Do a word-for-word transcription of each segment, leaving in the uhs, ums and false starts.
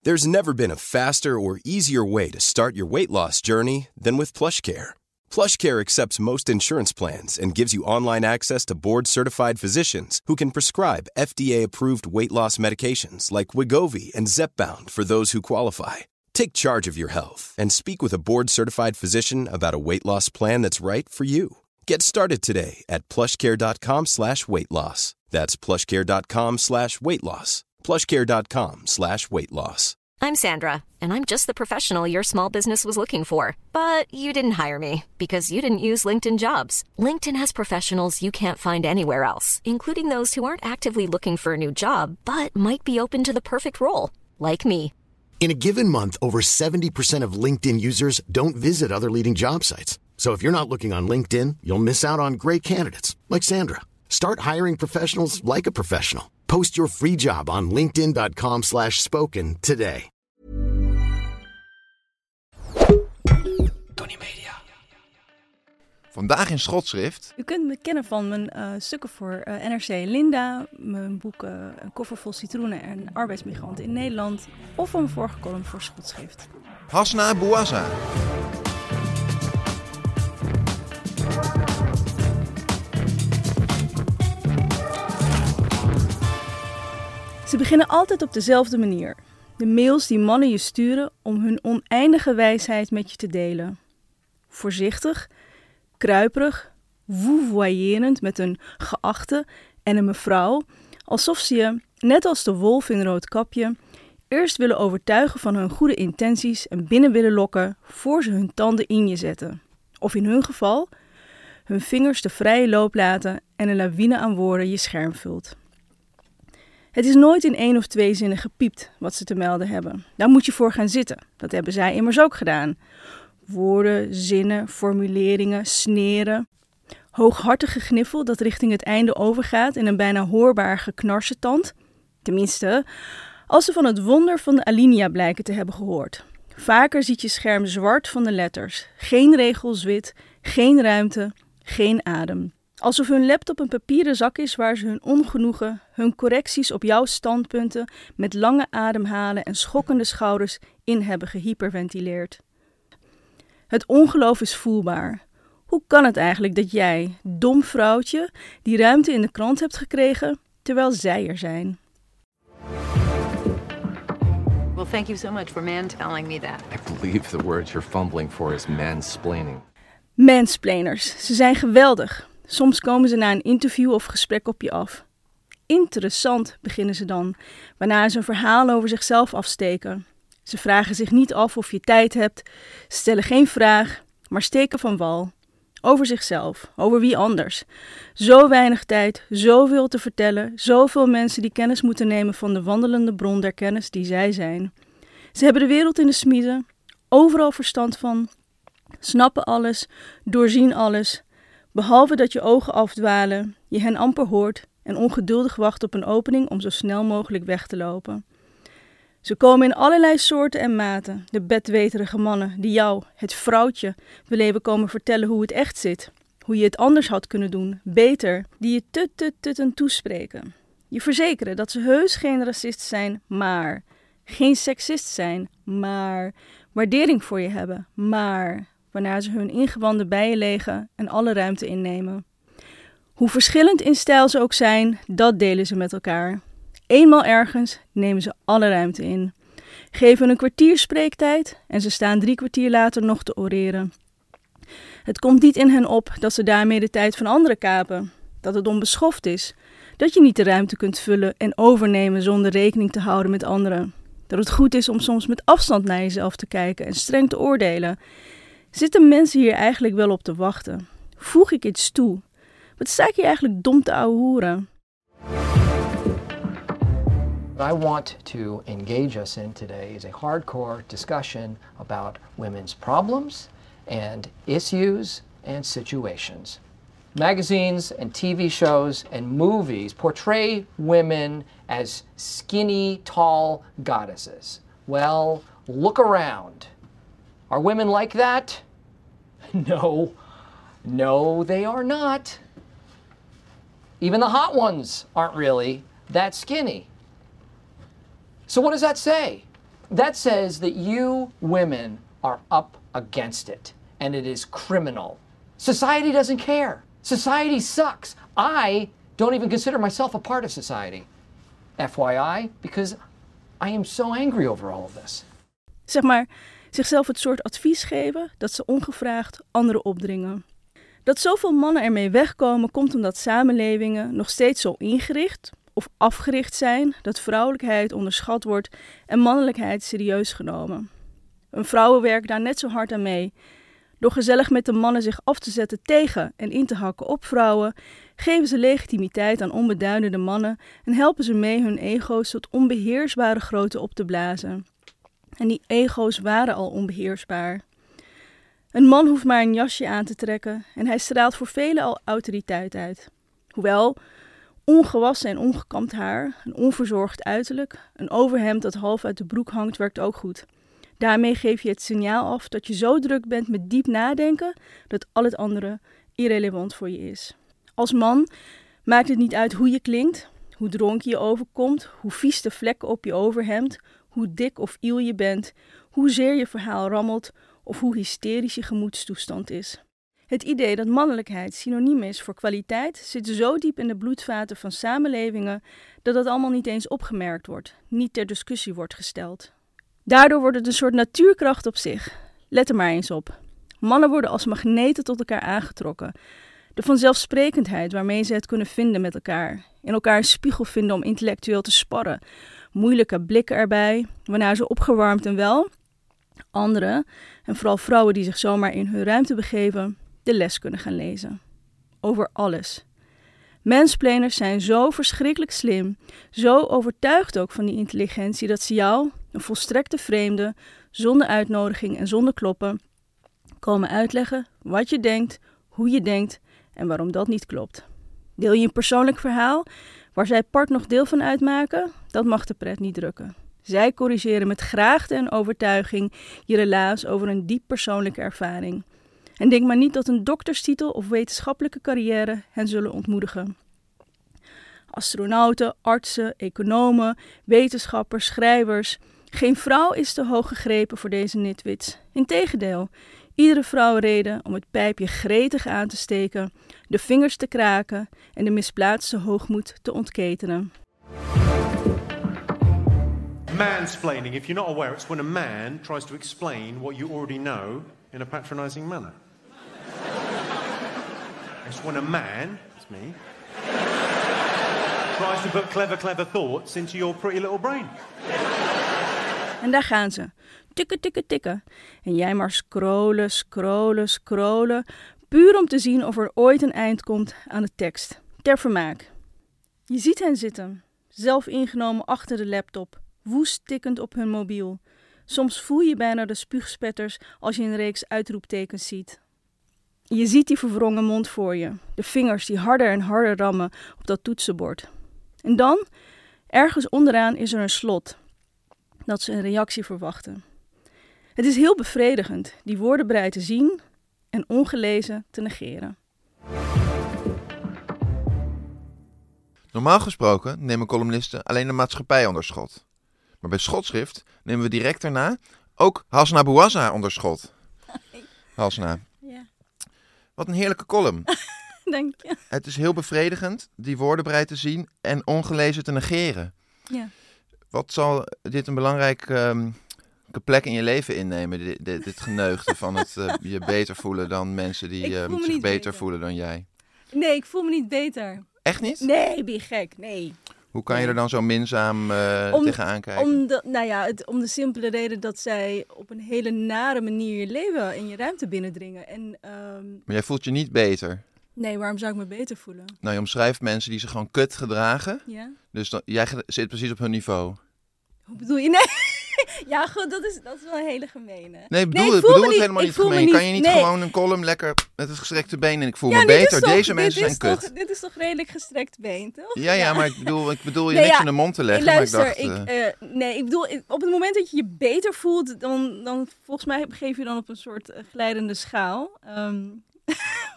There's never been a faster or easier way to start your weight loss journey than with PlushCare. PlushCare accepts most insurance plans and gives you online access to board-certified physicians who can prescribe F D A-approved weight loss medications like Wegovy and Zepbound for those who qualify. Take charge of your health and speak with a board-certified physician about a weight loss plan that's right for you. Get started today at plushcare.com slash weight loss. That's plushcare.com slash weight loss. plushcare.com slash weight loss. I'm Sandra, and I'm just the professional your small business was looking for. But you didn't hire me because you didn't use LinkedIn Jobs. LinkedIn has professionals you can't find anywhere else, including those who aren't actively looking for a new job, but might be open to the perfect role, like me. In a given month, over seventy percent of LinkedIn users don't visit other leading job sites. So if you're not looking on LinkedIn, you'll miss out on great candidates like Sandra. Start hiring professionals like a professional. Post your free job on linkedin.com slash spoken today. Tony Media. Vandaag in Schotschrift. U kunt me kennen van mijn uh, stukken voor uh, N R C Linda, mijn boek uh, Een koffer vol citroenen en arbeidsmigranten in Nederland, of van mijn vorige column voor Schotschrift. Hasna Bouazza. Ze beginnen altijd op dezelfde manier. De mails die mannen je sturen om hun oneindige wijsheid met je te delen. Voorzichtig, kruiperig, vouvoyerend met een geachte en een mevrouw, alsof ze je, net als de wolf in Roodkapje, eerst willen overtuigen van hun goede intenties en binnen willen lokken voor ze hun tanden in je zetten. Of in hun geval, hun vingers de vrije loop laten en een lawine aan woorden je scherm vult. Het is nooit in één of twee zinnen gepiept wat ze te melden hebben. Daar moet je voor gaan zitten. Dat hebben zij immers ook gedaan. Woorden, zinnen, formuleringen, sneren. Hooghartig gegniffel dat richting het einde overgaat in een bijna hoorbaar geknarsetand. Tenminste, als ze van het wonder van de alinea blijken te hebben gehoord. Vaker ziet je scherm zwart van de letters. Geen regels wit, geen ruimte, geen adem. Alsof hun laptop een papieren zak is waar ze hun ongenoegen, hun correcties op jouw standpunten met lange ademhalen en schokkende schouders in hebben gehyperventileerd. Het ongeloof is voelbaar. Hoe kan het eigenlijk dat jij, dom vrouwtje, die ruimte in de krant hebt gekregen, terwijl zij er zijn? Well, thank you so much for man-telling me that. I believe the word you're fumbling for is mansplaining. Mansplainers, ze zijn geweldig. Soms komen ze na een interview of gesprek op je af. Interessant, beginnen ze dan, waarna ze een verhaal over zichzelf afsteken. Ze vragen zich niet af of je tijd hebt, stellen geen vraag, maar steken van wal. Over zichzelf, over wie anders. Zo weinig tijd, zoveel te vertellen, zoveel mensen die kennis moeten nemen van de wandelende bron der kennis die zij zijn. Ze hebben de wereld in de smiezen, overal verstand van, snappen alles, doorzien alles, behalve dat je ogen afdwalen, je hen amper hoort en ongeduldig wacht op een opening om zo snel mogelijk weg te lopen. Ze komen in allerlei soorten en maten, de bedweterige mannen die jou, het vrouwtje, willen even komen vertellen hoe het echt zit. Hoe je het anders had kunnen doen, beter, die je tut tut tutten toespreken. Je verzekeren dat ze heus geen racist zijn, maar geen seksist zijn, maar waardering voor je hebben, maar waarna ze hun ingewanden bij je legen en alle ruimte innemen. Hoe verschillend in stijl ze ook zijn, dat delen ze met elkaar. Eenmaal ergens nemen ze alle ruimte in. Geven een kwartier spreektijd en ze staan drie kwartier later nog te oreren. Het komt niet in hen op dat ze daarmee de tijd van anderen kapen. Dat het onbeschoft is. Dat je niet de ruimte kunt vullen en overnemen zonder rekening te houden met anderen. Dat het goed is om soms met afstand naar jezelf te kijken en streng te oordelen. Zitten mensen hier eigenlijk wel op te wachten? Voeg ik iets toe? Wat sta ik hier eigenlijk dom te ouwehoeren? What I want to engage us in today is a hardcore discussion about women's problems and issues and situations. Magazines and T V shows and movies portray women as skinny, tall goddesses. Well, look around. Are women like that? No. No, they are not. Even the hot ones aren't really that skinny. So what does that say? That says that you women are up against it, and it is criminal. Society doesn't care. Society sucks. I don't even consider myself a part of society. F Y I, because I am so angry over all of this. Zeg maar, zichzelf het soort advies geven dat ze ongevraagd anderen opdringen. Dat zoveel mannen ermee wegkomen komt omdat samenlevingen nog steeds zo ingericht of afgericht zijn dat vrouwelijkheid onderschat wordt en mannelijkheid serieus genomen. Een vrouwen werkt daar net zo hard aan mee. Door gezellig met de mannen zich af te zetten tegen en in te hakken op vrouwen, geven ze legitimiteit aan onbeduidende mannen en helpen ze mee hun ego's tot onbeheersbare grootte op te blazen. En die ego's waren al onbeheersbaar. Een man hoeft maar een jasje aan te trekken en hij straalt voor velen al autoriteit uit. Hoewel, ongewassen en ongekamd haar, een onverzorgd uiterlijk, een overhemd dat half uit de broek hangt, werkt ook goed. Daarmee geef je het signaal af dat je zo druk bent met diep nadenken dat al het andere irrelevant voor je is. Als man maakt het niet uit hoe je klinkt, hoe dronken je overkomt, hoe vies de vlekken op je overhemd, hoe dik of iel je bent, hoezeer je verhaal rammelt of hoe hysterisch je gemoedstoestand is. Het idee dat mannelijkheid synoniem is voor kwaliteit zit zo diep in de bloedvaten van samenlevingen dat dat allemaal niet eens opgemerkt wordt, niet ter discussie wordt gesteld. Daardoor wordt het een soort natuurkracht op zich. Let er maar eens op. Mannen worden als magneten tot elkaar aangetrokken. De vanzelfsprekendheid waarmee ze het kunnen vinden met elkaar. In elkaar een spiegel vinden om intellectueel te sparren. Moeilijke blikken erbij, waarna ze opgewarmd en wel anderen, en vooral vrouwen die zich zomaar in hun ruimte begeven, de les kunnen gaan lezen. Over alles. Mansplainers zijn zo verschrikkelijk slim, zo overtuigd ook van die intelligentie dat ze jou, een volstrekte vreemde, zonder uitnodiging en zonder kloppen, komen uitleggen wat je denkt, hoe je denkt en waarom dat niet klopt. Deel je een persoonlijk verhaal waar zij part nog deel van uitmaken, dat mag de pret niet drukken. Zij corrigeren met graagte en overtuiging je relaas over een diep persoonlijke ervaring. En denk maar niet dat een dokterstitel of wetenschappelijke carrière hen zullen ontmoedigen. Astronauten, artsen, economen, wetenschappers, schrijvers. Geen vrouw is te hoog gegrepen voor deze nitwits. Integendeel, iedere vrouw reden om het pijpje gretig aan te steken, de vingers te kraken en de misplaatste hoogmoed te ontketenen. Mansplaining, if you're not aware, it's when a man tries to explain what you already know in a patronizing manner. It's when a man, it's me, tries to put clever, clever thoughts into your pretty little brain. En daar gaan ze. Tikken, tikken, tikken. En jij maar scrollen, scrollen, scrollen. Puur om te zien of er ooit een eind komt aan de tekst. Ter vermaak. Je ziet hen zitten. Zelf ingenomen achter de laptop. Woest tikkend op hun mobiel. Soms voel je bijna de spuugspetters als je een reeks uitroeptekens ziet. Je ziet die verwrongen mond voor je. De vingers die harder en harder rammen op dat toetsenbord. En dan, ergens onderaan is er een slot. Dat ze een reactie verwachten. Het is heel bevredigend die woordenbrei te zien en ongelezen te negeren. Normaal gesproken nemen columnisten alleen de maatschappij onder schot. Maar bij Schotschrift nemen we direct daarna ook Hasna Bouazza onder schot. Hasna. Ja. Wat een heerlijke column. Dank je. Het is heel bevredigend die woordenbrei te zien en ongelezen te negeren. Ja. Wat zal dit een belangrijke um, plek in je leven innemen? Dit, dit, dit geneugde van het uh, je beter voelen dan mensen die uh, zich beter, beter voelen dan jij. Nee, ik voel me niet beter. Echt niet? Nee, ben je gek? Nee. Hoe kan je er dan zo minzaam uh, om, tegenaan kijken? Om de, nou ja, het, om de simpele reden dat zij op een hele nare manier je leven en je ruimte binnendringen. En, um... Maar jij voelt je niet beter? Nee, waarom zou ik me beter voelen? Nou, je omschrijft mensen die zich gewoon kut gedragen. Ja. Dus dan, jij zit precies op hun niveau. Hoe bedoel je? Nee. Ja, goed, dat is, dat is wel een hele gemene. Nee, ik bedoel, nee, ik ik bedoel het niet, helemaal niet gemeen. Niet, kan je niet nee. gewoon een column lekker met het gestrekte been en ik voel ja, me beter? toch, Deze mensen zijn toch, kut. Dit is toch redelijk gestrekt been, toch? Ja, ja, maar ik bedoel, ik bedoel je nee, niks ja, in de mond te leggen. Luister, maar ik dacht, ik, uh, nee, ik bedoel, op het moment dat je je beter voelt, dan, dan volgens mij geef je dan op een soort uh, glijdende schaal. Um,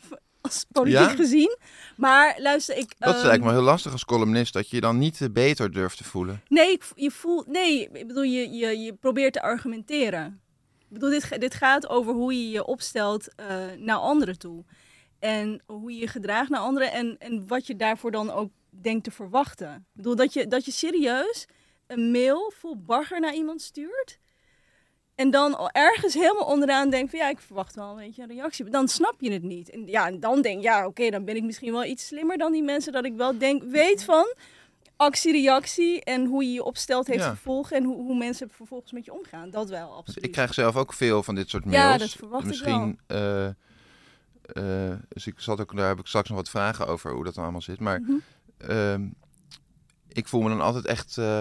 als politiek Ja? gezien. Maar luister, ik... Dat is um, eigenlijk wel heel lastig als columnist, dat je je dan niet beter durft te voelen. Nee, ik, je voelt... Nee, ik bedoel, je, je, je probeert te argumenteren. Ik bedoel, dit, dit gaat over hoe je je opstelt uh, naar anderen toe. En hoe je je gedraagt naar anderen en, en wat je daarvoor dan ook denkt te verwachten. Ik bedoel, dat je, dat je serieus een mail vol bagger naar iemand stuurt. En dan ergens helemaal onderaan denkt van ja, ik verwacht wel een beetje een reactie. Dan snap je het niet. En ja, en dan denk je, ja, oké, okay, dan ben ik misschien wel iets slimmer dan die mensen. Dat ik wel denk, weet van actie-reactie en hoe je je opstelt heeft Ja. gevolgen. En hoe, hoe mensen vervolgens met je omgaan. Dat wel, absoluut. Ik krijg zelf ook veel van dit soort Ja, mails. dat verwacht Misschien, ik wel. uh, uh, dus ik zat ook, daar heb ik straks nog wat vragen over hoe dat allemaal zit. Maar Mm-hmm. uh, ik voel me dan altijd echt uh,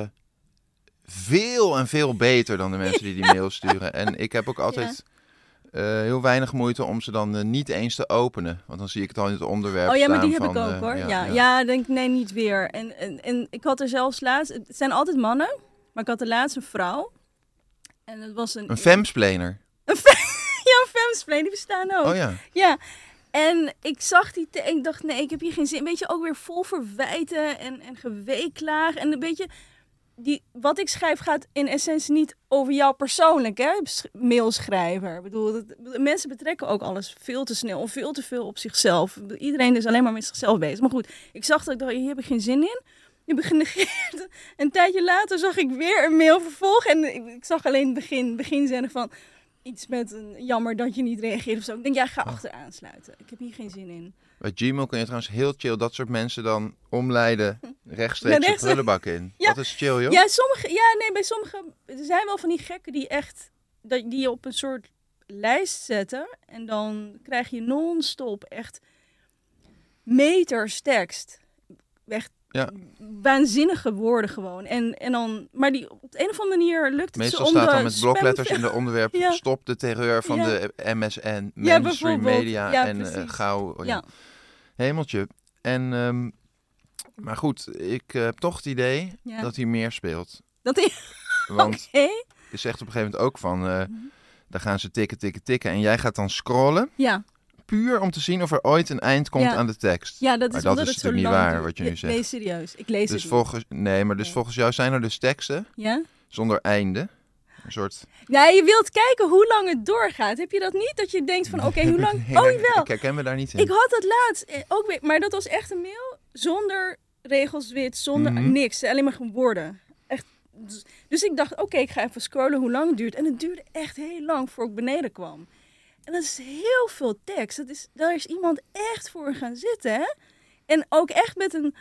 veel en veel beter dan de mensen die die mail sturen. En ik heb ook altijd uh, heel weinig moeite om ze dan uh, niet eens te openen. Want dan zie ik het al in het onderwerp Oh ja, maar staan die heb van, ik ook uh, hoor. Ja, Ja, ja. ja, denk ik, nee, niet weer. En, en, en ik had er zelfs laatst, het zijn altijd mannen, maar ik had er laatst een vrouw. En het was een... Een femsplainer. Een fem, ja, een femsplainer, die bestaan ook. Oh ja. Ja. En ik zag die te, en ik dacht, nee, ik heb hier geen zin. Weet je, ook weer vol verwijten en, en geweeklaag. En een beetje, die, wat ik schrijf gaat in essentie niet over jou persoonlijk, hè, mailschrijver. Ik bedoel, dat, mensen betrekken ook alles veel te snel of veel te veel op zichzelf. Iedereen is alleen maar met zichzelf bezig. Maar goed, ik zag dat ik dacht, hier heb ik geen zin in. Je heb ik genegeerd. Een tijdje later zag ik weer een mail vervolg. En ik, ik zag alleen het begin, begin zeggen van iets met een jammer dat je niet reageert of zo. Ik denk, ja, ga achteraan sluiten. Ik heb hier geen zin in. Bij Gmail kun je trouwens heel chill dat soort mensen dan omleiden rechtstreeks Ja, de rechts- prullenbak in. Ja. Dat is chill, joh. Ja, sommige, ja, nee, bij sommige... Er zijn wel van die gekken die echt... Dat, die je op een soort lijst zetten. En dan krijg je non-stop echt meters tekst. Echt Ja. waanzinnige woorden gewoon. En, en dan, maar die, op de een of andere manier lukt het Meestal ze om staat de dan met blokletters spam- in de onderwerp Ja. stop de terreur van Ja. de M S N, Ja, mainstream bijvoorbeeld. media Ja, en uh, precies. gauw. Oh, ja. Ja. Hemeltje. En, um, maar goed, ik uh, heb toch het idee Ja. dat hij meer speelt. Dat is... Want Oké. je zegt op een gegeven moment ook van, uh, daar gaan ze tikken, tikken, tikken. En jij gaat dan scrollen, Ja. puur om te zien of er ooit een eind komt Ja. aan de tekst. Ja, dat is maar dat omdat is het zo natuurlijk niet lang waar duurt. wat je nu Nee, zegt. Nee, serieus. Ik lees Dus het volgens, nee, maar dus Nee. volgens jou zijn er dus teksten niet. Ja? zonder einde. Een soort... Ja, je wilt kijken hoe lang het doorgaat. Heb je dat niet? Dat je denkt van, oké, hoe lang... Nee, Oh, nee, jawel. ik herken me daar niet in. Ik had het laatst eh, ook weer, maar dat was echt een mail zonder regels wit, zonder Mhm. niks, alleen maar gewoon woorden. Echt. Dus, dus ik dacht, oké, ik ga even scrollen hoe lang het duurt. En het duurde echt heel lang voor ik beneden kwam. En dat is heel veel tekst. Dat is, daar is iemand echt voor gaan zitten, hè? En ook echt met een,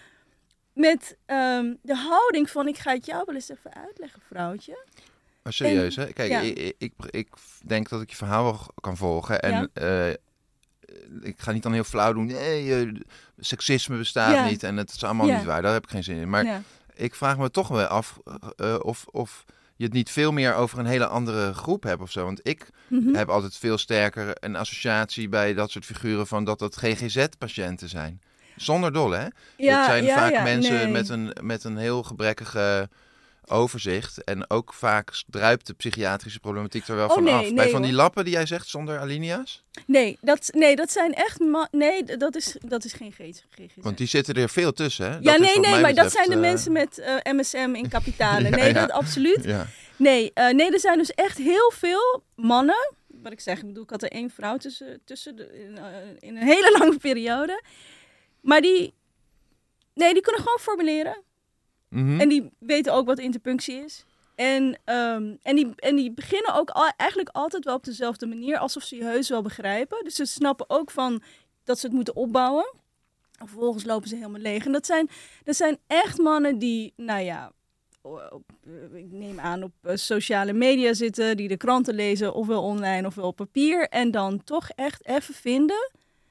met um, de houding van, ik ga het jou wel eens even uitleggen, vrouwtje. Maar serieus, En- hè? Kijk, ja. ik, ik, ik, ik denk dat ik je verhaal wel kan volgen. En Ja. uh, ik ga niet dan heel flauw doen. Nee, uh, seksisme bestaat Ja. niet en het is allemaal Ja. niet waar. Daar heb ik geen zin in. Maar Ja. ik vraag me toch wel af uh, of, of je het niet veel meer over een hele andere groep hebt of zo. Want ik Mhm. heb altijd veel sterker een associatie bij dat soort figuren van dat dat G G Z-patiënten zijn. Zonder dolle, hè? Ja, dat zijn ja, vaak ja, mensen nee. met, een, met een heel gebrekkige overzicht. En ook vaak druipt de psychiatrische problematiek er wel Oh, van nee, af. nee, Bij van die hoor. lappen die jij zegt zonder alinea's? Nee, dat, nee, dat zijn echt... Ma- nee, dat is, dat is geen G G Z. Want die zitten er veel tussen, hè? Ja, Dat is nee, wat nee, mij maar dat betreft, zijn de eh, mensen met eh, M S M in kapitalen. Ja, nee, ja. dat absoluut. Ja. Nee, uh, nee, er zijn dus echt heel veel mannen. Wat ik zeg, ik bedoel, ik had er één vrouw tussen, tussen de, in, uh, in een hele lange periode. Maar die, nee, die kunnen gewoon formuleren. Mhm. En die weten ook wat interpunctie is. En, um, en, die, en die beginnen ook al, eigenlijk altijd wel op dezelfde manier, alsof ze je heus wel begrijpen. Dus ze snappen ook van dat ze het moeten opbouwen. En vervolgens lopen ze helemaal leeg. En dat zijn, dat zijn echt mannen die, nou ja, op, ik neem aan op sociale media zitten, die de kranten lezen, ofwel online ofwel op papier. En dan toch echt even vinden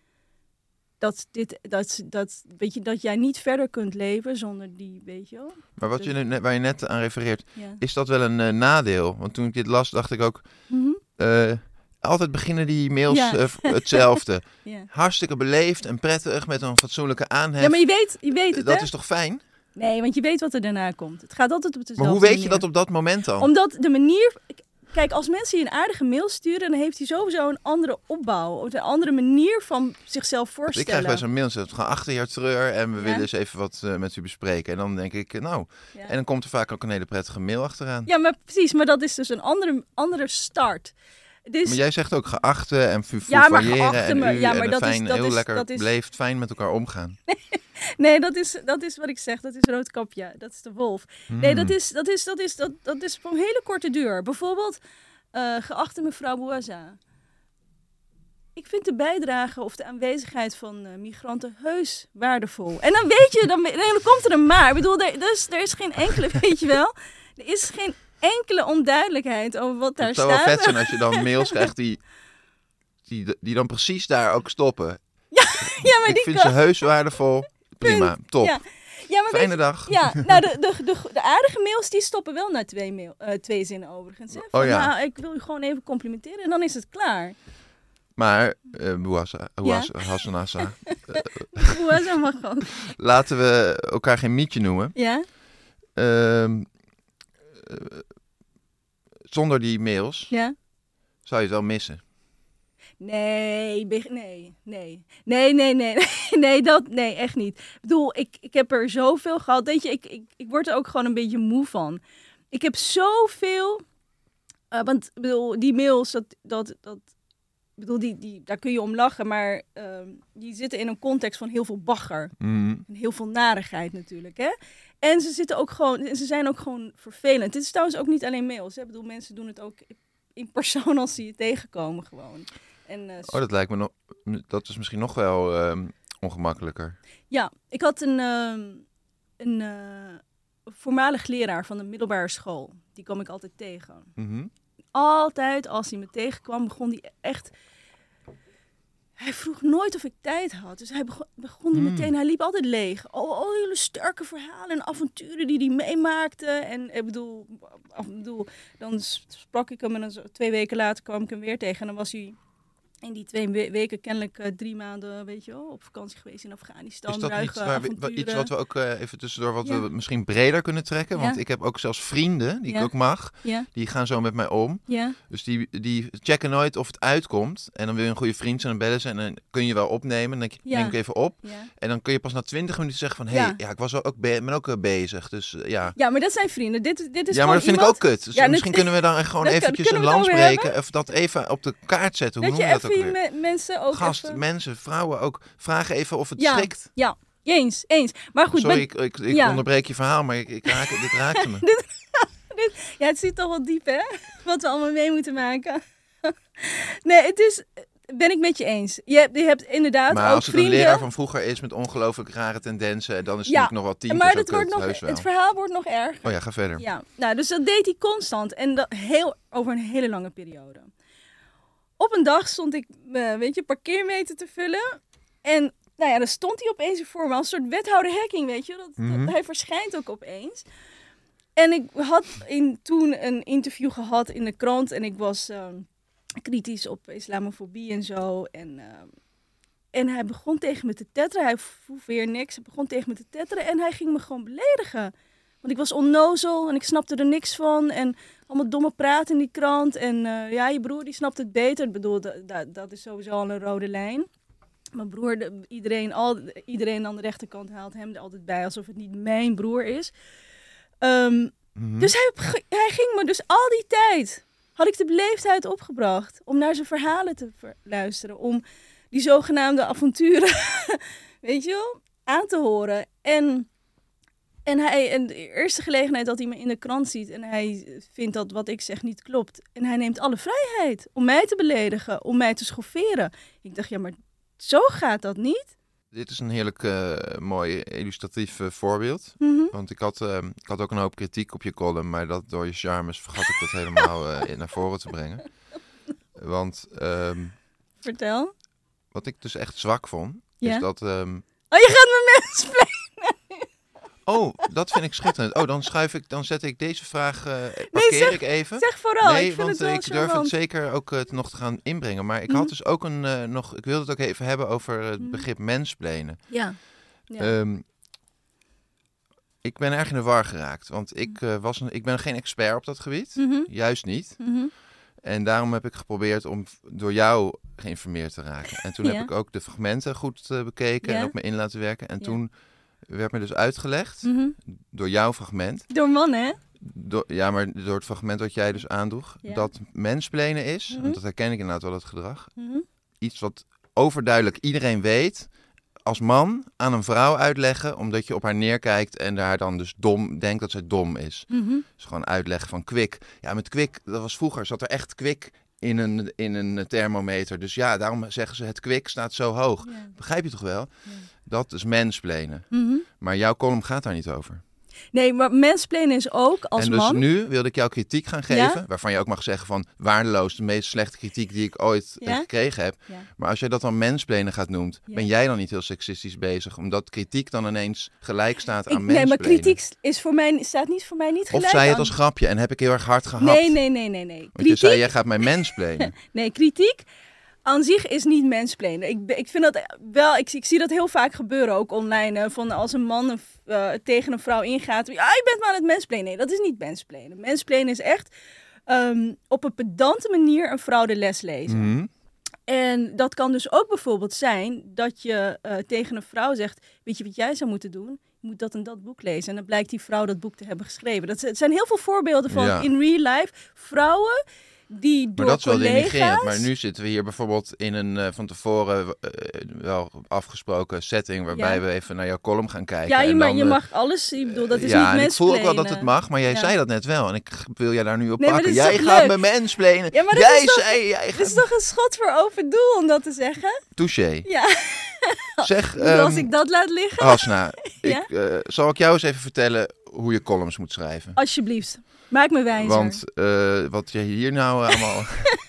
dat, dit, dat, dat, weet je, dat jij niet verder kunt leven zonder die, weet je wel. Maar wat je, net- waar je net aan refereert, Ja. is dat wel een uh, nadeel? Want toen ik dit las, dacht ik ook... Mm-hmm. Uh, altijd beginnen die mails Ja. uh, hetzelfde. Ja. Hartstikke beleefd en prettig met een fatsoenlijke aanhef. Ja, maar je weet, je weet het, dat hè? is toch fijn? Nee, want je weet wat er daarna komt. Het gaat altijd op dezelfde Maar hoe weet je manier. dat op dat moment dan? Omdat de manier... kijk, als mensen je een aardige mail sturen, dan heeft hij sowieso een andere opbouw. Of een andere manier van zichzelf voorstellen. Ik krijg bij zo'n mail, ze gaan achter jaar treur en we Ja. willen eens even wat uh, met u bespreken. En dan denk ik, nou, Ja. en dan komt er vaak ook een hele prettige mail achteraan. Ja, maar precies, maar dat is dus een andere, andere start. Dus, Maar jij zegt ook geachte en fu- Ja, maar foevoyeren geachte en me- u ja, en maar een dat is- fijn, dat heel is- lekker dat is- beleefd, fijn met elkaar omgaan. Nee, dat is, dat is wat ik zeg. Dat is Roodkapje. Dat is de wolf. Nee, dat is, dat is, dat is, dat, dat is van hele korte duur. Bijvoorbeeld, uh, geachte mevrouw Bouaza. Ik vind de bijdrage of de aanwezigheid van uh, migranten heus waardevol. En dan weet je, dan, dan komt er een maar. Ik bedoel, er, dus, er is geen enkele, weet je wel. Er is geen enkele onduidelijkheid over wat daar Het staat. zou wel vet zijn als je dan mails krijgt die, die, die dan precies daar ook stoppen. Ja, ja, maar ik die vind kan... ze heus waardevol. Prima, top. Ja. Ja, maar Fijne weet, dag. Ja, nou, de, de, de, de aardige mails die stoppen wel na twee, mail, uh, twee zinnen overigens. Hè? Van, oh ja. Nou, ik wil u gewoon even complimenteren en dan is het klaar. Maar, uh, Bouaza, Bouaza, ja? Hassanassa. Bouaza mag ook. Laten we elkaar geen mietje noemen. Ja? Uh, uh, zonder die mails ja? zou je het wel missen. Nee, nee, nee, nee, nee, nee, nee, nee, dat, nee, echt niet. Ik bedoel, ik, ik heb er zoveel gehad, weet je, ik, ik, ik word er ook gewoon een beetje moe van. Ik heb zoveel, uh, want ik bedoel, die mails, dat, dat, dat, ik bedoel, die, die, daar kun je om lachen, maar uh, die zitten in een context van heel veel bagger. Mm. En heel veel narigheid natuurlijk, hè. En ze zitten ook gewoon, ze zijn ook gewoon vervelend. Dit is trouwens ook niet alleen mails, hè. Ik bedoel, mensen doen het ook in persoon als ze je tegenkomen gewoon. En, uh, oh, dat lijkt me nog, dat is misschien nog wel uh, ongemakkelijker. Ja, ik had een, uh, een uh, voormalig leraar van de middelbare school. Die kwam ik altijd tegen. Mm-hmm. Altijd als hij me tegenkwam, begon hij echt... Hij vroeg nooit of ik tijd had. Dus hij begon, begon mm. meteen, hij liep altijd leeg. Oh, al hele sterke verhalen en avonturen die hij meemaakte. En ik bedoel, ik bedoel, dan sprak ik hem en dan zo, twee weken later kwam ik hem weer tegen. En dan was hij in die twee we- weken kennelijk uh, drie maanden, weet je wel, op vakantie geweest in Afghanistan. Is dat ruige niet waar, avonturen. iets wat we ook uh, even tussendoor, wat ja. we misschien breder kunnen trekken? Want ja. ik heb ook zelfs vrienden, die ja. ik ook mag, ja. die gaan zo met mij om. Ja. Dus die, die checken nooit of het uitkomt. En dan wil je een goede vriend zijn en bellen ze en dan kun je wel opnemen. Dan denk je, ja. neem ik even op. Ja. En dan kun je pas na twintig minuten zeggen van, hé, hey, ja. ja, ik was ook be- ben ook uh, bezig. Dus uh, ja. Ja, maar dat zijn vrienden. Dit, dit is ja, maar dat vind iemand... ik ook kut. Dus ja, misschien net... kunnen we dan gewoon dat eventjes kan, een lans breken. Hebben? Of dat even op de kaart zetten. Hoe dat noem je dat ook weer? Me- mensen ook Gast, even... mensen, vrouwen ook. Vragen even of het ja, schikt. Ja, eens, eens. Maar goed. Sorry, ben... ik, ik, ik ja. onderbreek je verhaal, maar ik, ik raak, dit raakte me. dit, dit, ja, het zit toch wel diep, hè? Wat we allemaal mee moeten maken. Nee, het is... Ben ik met je eens. Je hebt, je hebt inderdaad maar ook als het vrienden... een leraar van vroeger is met ongelooflijk rare tendensen, dan is het ja, natuurlijk nog wel tien maar keer het, zo wordt kut, nog, heus wel. het verhaal wordt nog erger. Oh ja, ga verder. Ja, nou, dus dat deed hij constant. En dat heel, over een hele lange periode. Op een dag stond ik, uh, weet je, parkeermeter te vullen. En nou ja, dan stond hij opeens voor me als een soort wethouder Hekking, weet je. Dat, Mm-hmm. dat, hij verschijnt ook opeens. En ik had in, toen een interview gehad in de krant. En ik was uh, kritisch op islamofobie en zo. En, uh, en hij begon tegen me te tetteren. Hij vroeg weer niks. Hij begon tegen me te tetteren. En hij ging me gewoon beledigen. Want ik was onnozel en ik snapte er niks van. En allemaal domme praat in die krant. En uh, ja, je broer die snapt het beter. Ik bedoel, dat, dat, dat is sowieso al een rode lijn. Mijn broer, de, iedereen, al, iedereen aan de rechterkant haalt hem er altijd bij. Alsof het niet mijn broer is. Um, mm-hmm. Dus hij, hij ging me dus al die tijd... had ik de beleefdheid opgebracht om naar zijn verhalen te ver- luisteren. Om die zogenaamde avonturen, weet je wel, aan te horen. En... En hij, en de eerste gelegenheid dat hij me in de krant ziet en hij vindt dat wat ik zeg niet klopt. En hij neemt alle vrijheid om mij te beledigen, om mij te schofferen. Ik dacht, ja, maar zo gaat dat niet. Dit is een heerlijk uh, mooi illustratief uh, voorbeeld. Mm-hmm. Want ik had, uh, ik had ook een hoop kritiek op je column, maar dat door je charmes vergat ik dat helemaal uh, naar voren te brengen. Want... Um, Vertel. Wat ik dus echt zwak vond, ja? is dat... Um... Oh, je gaat me mensplenen! Oh, dat vind ik schitterend. Oh, dan schuif ik, dan zet ik deze vraag, uh, parkeer nee, zeg, ik even. Zeg vooral, nee, ik vind want het wel ik durf charmant. het zeker ook uh, nog te gaan inbrengen. Maar ik mm-hmm. had dus ook een, uh, nog, ik wilde het ook even hebben over het mm-hmm. begrip mensplenen. Ja. ja. Um, ik ben erg in de war geraakt, want ik, uh, was een, ik ben geen expert op dat gebied. Mm-hmm. Juist niet. Mm-hmm. En daarom heb ik geprobeerd om door jou geïnformeerd te raken. En toen Ja. heb ik ook de fragmenten goed uh, bekeken Ja. en op me in laten werken. En Ja. toen werd me dus uitgelegd Mm-hmm. door jouw fragment. Door mannen, hè? Door, ja, maar door het fragment wat jij dus aandroeg. Ja. Dat mansplainen is, Mm-hmm. want dat herken ik inderdaad wel, het gedrag. Mm-hmm. Iets wat overduidelijk iedereen weet. Als man aan een vrouw uitleggen, omdat je op haar neerkijkt en haar dan dus dom denkt dat zij dom is. Mm-hmm. Dus gewoon uitleggen van kwik. Ja, met kwik, dat was vroeger, zat er echt kwik in een, in een thermometer. Dus ja, daarom zeggen ze het kwik staat zo hoog. Ja. Begrijp je toch wel? Ja. Dat is mansplainen. Mm-hmm. Maar jouw column gaat daar niet over. Nee, maar mansplainen is ook als en dus man... nu wilde ik jou kritiek gaan geven, Ja? waarvan je ook mag zeggen van waardeloos, de meest slechte kritiek die ik ooit Ja? eh, gekregen heb. Ja. Maar als jij dat dan mansplainen gaat noemen, Ja. ben jij dan niet heel seksistisch bezig, omdat kritiek dan ineens gelijk staat aan Ik, nee, mansplainen? maar kritiek is voor mij, staat niet voor mij niet gelijk Of zei je het aan- als grapje en heb ik heel erg hard gehapt? Nee, nee, nee, nee, nee. Want Kritiek, je zei, jij gaat mij mansplainen. nee, kritiek aan zich is niet mansplainen. Ik, be- ik vind dat wel, ik, ik zie dat heel vaak gebeuren, ook online. eh, Van als een man een v- eh, tegen een vrouw ingaat. Ja, je bent maar aan het mansplainen. Nee, dat is niet mansplainen. Mansplainen is echt um, op een pedante manier een vrouw de les lezen. Mm-hmm. En dat kan dus ook bijvoorbeeld zijn dat je uh, tegen een vrouw zegt, weet je wat jij zou moeten doen? Je moet dat en dat boek lezen. En dan blijkt die vrouw dat boek te hebben geschreven. Dat het zijn heel veel voorbeelden van Ja. in real life vrouwen die door Maar dat is wel collega's... denigrerend. Maar nu zitten we hier bijvoorbeeld in een uh, van tevoren uh, wel afgesproken setting, waarbij Ja. we even naar jouw column gaan kijken. Ja, je, en ma- dan, je uh, mag alles. Ik bedoel, dat is ja, niet en ik voel ook wel dat mansplainen. het mag, maar jij Ja. zei dat net wel. En ik wil jij daar nu op Nee, maar pakken. dat is Jij toch gaat leuk? me mansplainen. Ja, maar dat jij is toch- zei, jij Het is gaat... toch een schot voor open doel om dat te zeggen? Touché. Ja. Zeg, Dus als um, ik dat laat liggen, Hasna, Ja? ik, uh, zal ik jou eens even vertellen hoe je columns moet schrijven? alsjeblieft. Maak me wijzer. Want uh, wat je hier nou uh, allemaal...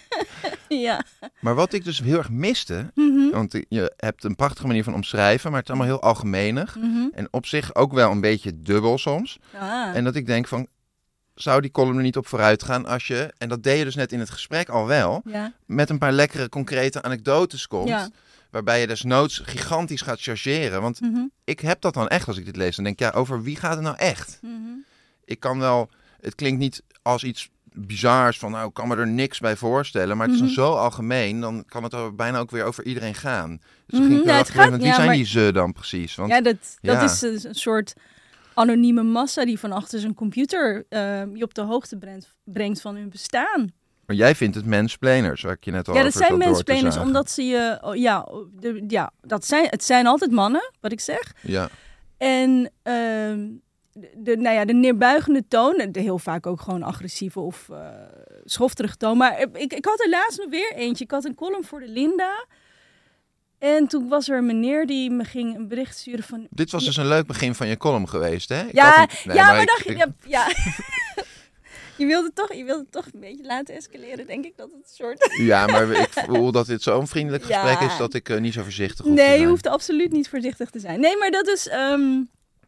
Ja. Maar wat ik dus heel erg miste, Mhm. want je hebt een prachtige manier van omschrijven, maar het is allemaal heel algemenig. Mhm. En op zich ook wel een beetje dubbel soms. Ah. En dat ik denk van, zou die column er niet op vooruit gaan als je, en dat deed je dus net in het gesprek al wel, Ja. met een paar lekkere concrete anekdotes komt. Ja. Waarbij je desnoods gigantisch gaat chargeren. Want Mhm. ik heb dat dan echt als ik dit lees. Dan denk ik, ja, over wie gaat het nou echt? Mhm. Ik kan wel, het klinkt niet als iets bizars van, nou, ik kan me er niks bij voorstellen. Maar het is Mhm. dan zo algemeen, dan kan het er bijna ook weer over iedereen gaan. Dus dan Mhm, ging ik ja, wel het afvragen, gaat- wie ja, zijn maar- die ze dan precies? Want Ja, dat, dat ja. is een, een soort anonieme massa die van achter zijn computer uh, je op de hoogte brengt, brengt van hun bestaan. maar jij vindt het mansplainers, waar ik je net al Ja, over dat zijn zat door te mansplainers, zagen. omdat ze je... oh, ja, de, ja dat zijn, het zijn altijd mannen, wat ik zeg. Ja, En ehm, de, de, nou ja, de neerbuigende toon, de, heel vaak ook gewoon agressieve of uh, schofterige toon. Maar ik, ik had er laatst nog weer eentje. Ik had een column voor de Linda. En toen was er een meneer die me ging een bericht sturen van... dit was dus een leuk begin van je column geweest, hè? Ik Ja, had een- nee, ja, maar, ik- dacht je... ik- Ja, ja. je, wilde toch, je wilde toch een beetje laten escaleren, denk ik, dat het een soort... Ja, maar ik voel dat dit zo'n vriendelijk Ja. gesprek is dat ik uh, niet zo voorzichtig hoef te Nee, je zijn. hoeft absoluut niet voorzichtig te zijn. Nee, maar dat is... Um,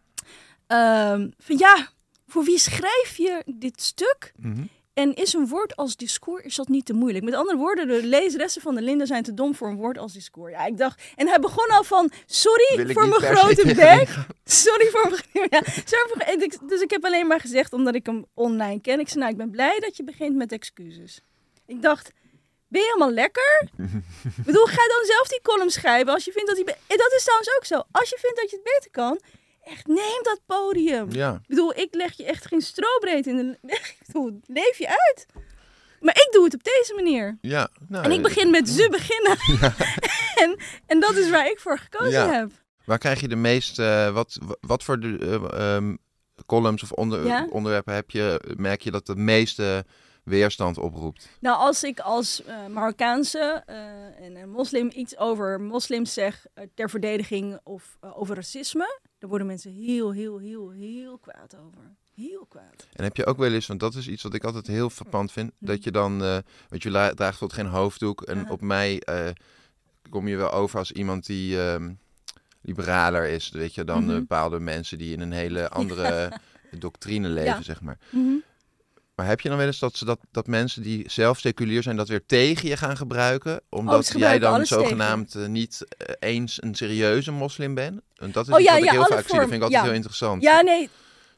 um, van ja, voor wie schrijf je dit stuk? Mm-hmm. En is een woord als discours, is dat niet te moeilijk? Met andere woorden, de lezeressen van de Linda zijn te dom voor een woord als discours. Ja, ik dacht... En hij begon al van, sorry Wil ik voor niet mijn per se grote tegen bek. ingaan. Sorry voor mijn... Ja, sorry voor, en ik- dus ik heb alleen maar gezegd, omdat ik hem online ken. Ik zei, nou, ik ben blij dat je begint met excuses. Ik dacht... Ben je helemaal lekker? Ik bedoel, ga dan zelf die column schrijven als je vindt dat hij... Be- en dat is trouwens ook zo. Als je vindt dat je het beter kan, echt neem dat podium. Ja. Ik bedoel, ik leg je echt geen strobreed in de... Ik bedoel, leef je uit. Maar ik doe het op deze manier. Ja, nou, En ik begin met ze beginnen. en, en dat is waar ik voor gekozen Ja. heb. Waar krijg je de meest, uh, wat, wat voor de, uh, um, columns of onder, Ja? onderwerpen heb je, merk je dat de meeste weerstand oproept? Nou, als ik als uh, Marokkaanse uh, en een moslim iets over moslims zeg uh, ter verdediging of uh, over racisme, dan worden mensen heel, heel, heel, heel kwaad over. Heel kwaad. En heb je ook wel eens, want dat is iets wat ik altijd heel frappant vind, hm. dat je dan, uh, want je la- draagt tot geen hoofddoek en uh-huh. op mij uh, kom je wel over als iemand die uh, liberaler is, weet je, dan mm-hmm. uh, bepaalde mensen die in een hele andere doctrine leven, ja. zeg maar. Mm-hmm. Maar heb je dan wel eens dat, ze dat, dat mensen die zelf seculier zijn dat weer tegen je gaan gebruiken? Omdat oh, jij dan zogenaamd uh, niet uh, eens een serieuze moslim bent? En dat is oh, iets ja, wat ik ja, heel vaak vorm. zie. Dat vind ik altijd ja. heel interessant. Ja, nee.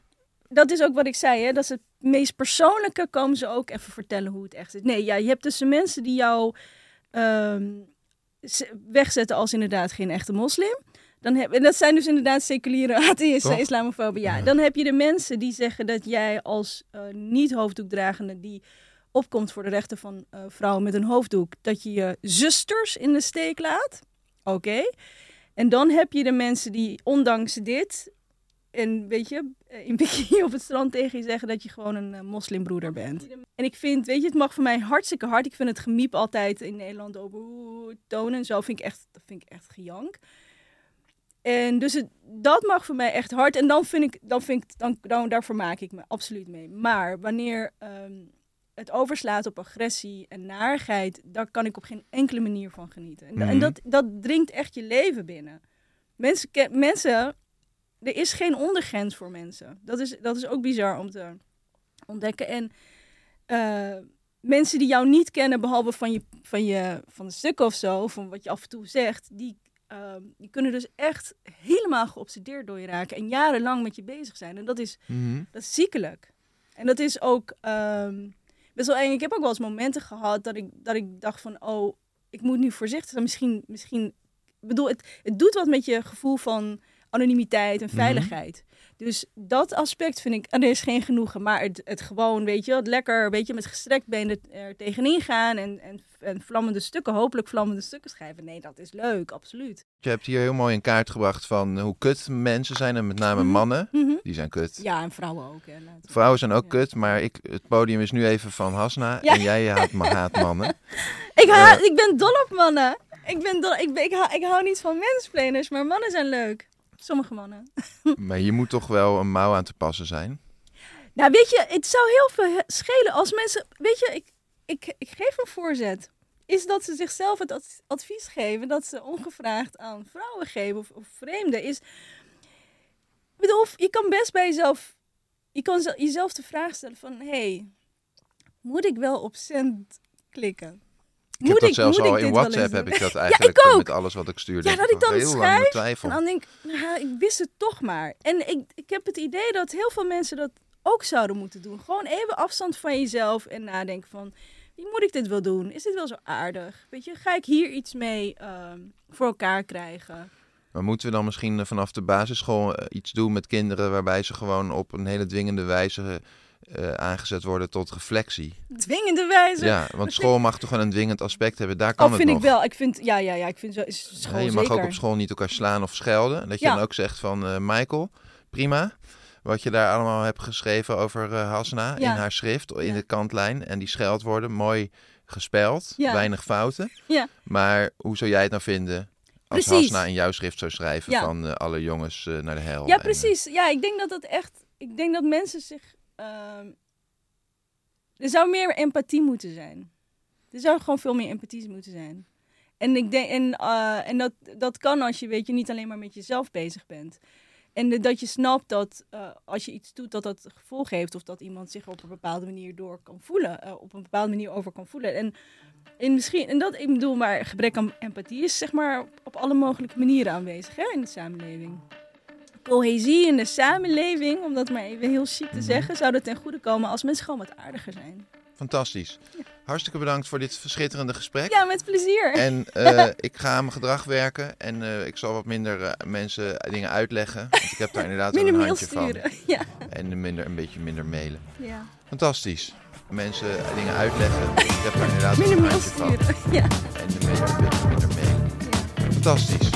dat is ook wat ik zei, hè? Dat is het meest persoonlijke, komen ze ook even vertellen hoe het echt is. Nee, ja, je hebt dus de mensen die jou um, wegzetten als inderdaad geen echte moslim. Dan heb, en dat zijn dus inderdaad seculiere atheïsten, islamofoben. Ja. ja, dan heb je de mensen die zeggen dat jij als uh, niet-hoofddoekdragende die opkomt voor de rechten van uh, vrouwen met een hoofddoek, dat je je zusters in de steek laat. Oké. Okay. En dan heb je de mensen die ondanks dit, en weet je, in bikini op het strand tegen je zeggen dat je gewoon een uh, moslimbroeder bent. En ik vind, weet je, het mag voor mij hartstikke hard. Ik vind het gemiep altijd in Nederland over hoe tonen en zo. Vind ik echt, dat vind ik echt gejank. En dus het, dat mag voor mij echt hard. En dan vind ik, dan vind ik, dan, dan daar vermaak ik me absoluut mee. Maar wanneer um, het overslaat op agressie en narigheid, daar kan ik op geen enkele manier van genieten. En, mm-hmm. en dat, dat dringt echt je leven binnen. Mensen, mensen, er is geen ondergrens voor mensen. Dat is, dat is ook bizar om te ontdekken. En uh, mensen die jou niet kennen, behalve van je, van je van de stukken of zo, van wat je af en toe zegt, die Um, die kunnen dus echt helemaal geobsedeerd door je raken en jarenlang met je bezig zijn. En dat is, mm-hmm. dat is ziekelijk. En dat is ook um, best wel eng. Ik heb ook wel eens momenten gehad dat ik, dat ik dacht van, oh, ik moet nu voorzichtig zijn. Misschien, misschien, ik bedoel, het, het doet wat met je gevoel van anonimiteit en veiligheid. Mm-hmm. Dus dat aspect vind ik, er is geen genoegen. Maar het, het gewoon, weet je, het lekker, weet je, met gestrekt benen er tegenin gaan en, en, en vlammende stukken, hopelijk vlammende stukken schrijven. Nee, dat is leuk, absoluut. Je hebt hier heel mooi in kaart gebracht van hoe kut mensen zijn en met name mm-hmm. mannen, mm-hmm. die zijn kut. Ja, en vrouwen ook. Hè, vrouwen zijn ook ja. kut, maar ik, het podium is nu even van Hasna ja. en jij haat, haat mannen. ik, haat, uh, ik ben dol op mannen. Ik, ben dol, ik, ben, ik, hou, ik hou niet van mensplaners, maar mannen zijn leuk. Sommige mannen. Maar je moet toch wel een mouw aan te passen zijn? Nou, weet je, het zou heel veel schelen als mensen... Weet je, ik, ik, ik geef een voorzet. Is dat ze zichzelf het ad- advies geven dat ze ongevraagd aan vrouwen geven of, of vreemden. Is, ik bedoel, je kan best bij jezelf... Je kan jezelf de vraag stellen van... Hé, hey, moet ik wel op send klikken? Ik moet heb dat ik, zelfs al in WhatsApp heb ik dat eigenlijk ja, ik met alles wat ik stuurde. Ja, dat ik dan heel schrijf en dan denk ik, nou, ik wist het toch maar. En ik, ik heb het idee dat heel veel mensen dat ook zouden moeten doen. Gewoon even afstand van jezelf en nadenken van, wie moet ik dit wel doen? Is dit wel zo aardig? Weet je, ga ik hier iets mee uh, voor elkaar krijgen? Maar moeten we dan misschien vanaf de basisschool uh, iets doen met kinderen waarbij ze gewoon op een hele dwingende wijze... Uh, aangezet worden tot reflectie. Dwingende wijze? Ja, want school mag toch wel een dwingend aspect hebben. Daar kan oh, het vind nog. ik wel. Ik vind, ja, ja, ja, ik vind zo is school ja, je mag zeker. ook op school niet elkaar slaan of schelden. Dat je ja. dan ook zegt van uh, Michael, prima. Wat je daar allemaal hebt geschreven over uh, Hasna ja. in haar schrift, in ja. de kantlijn. En die scheldwoorden, mooi gespeld, ja. weinig fouten. Ja. Maar hoe zou jij het nou vinden als precies. Hasna in jouw schrift zou schrijven ja. van uh, alle jongens uh, naar de hel? Ja, en, precies. Uh, ja, ik denk dat dat echt... Ik denk dat mensen zich... Uh, er zou meer empathie moeten zijn. Er zou gewoon veel meer empathie moeten zijn. En ik denk en, uh, en dat, dat kan als je weet je niet alleen maar met jezelf bezig bent. En de, dat je snapt dat uh, als je iets doet dat dat gevolg heeft of dat iemand zich op een bepaalde manier door kan voelen, uh, op een bepaalde manier over kan voelen. En, en misschien en dat ik bedoel, maar gebrek aan empathie is zeg maar op alle mogelijke manieren aanwezig hè, in de samenleving. Cohesie in de samenleving, om dat maar even heel chic te zeggen, zou er ten goede komen als mensen gewoon wat aardiger zijn. Fantastisch. Ja. Hartstikke bedankt voor dit verschitterende gesprek. Ja, met plezier. En uh, ik ga aan mijn gedrag werken en uh, ik zal wat minder uh, mensen dingen uitleggen. Want ik heb daar inderdaad wel een handje van. Ja. En minder, een beetje minder mailen. Ja. Fantastisch. Mensen dingen uitleggen. Ik heb daar inderdaad wel een handje van. Ja. En een beetje minder mailen. Ja. Fantastisch.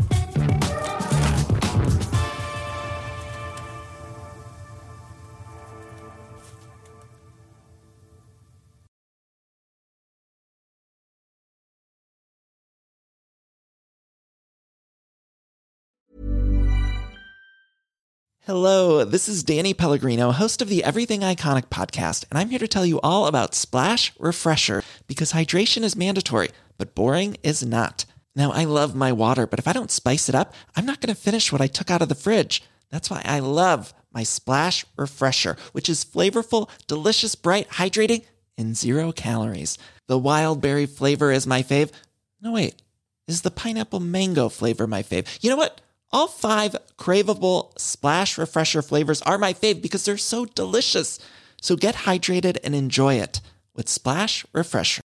Hello, this is Danny Pellegrino, host of the Everything Iconic podcast, and I'm here to tell you all about Splash Refresher, because hydration is mandatory, but boring is not. Now, I love my water, but if I don't spice it up, I'm not going to finish what I took out of the fridge. That's why I love my Splash Refresher, which is flavorful, delicious, bright, hydrating, and zero calories. The wild berry flavor is my fave. No, wait, is the pineapple mango flavor my fave? You know what? All five craveable Splash Refresher flavors are my fave because they're so delicious. So get hydrated and enjoy it with Splash Refresher.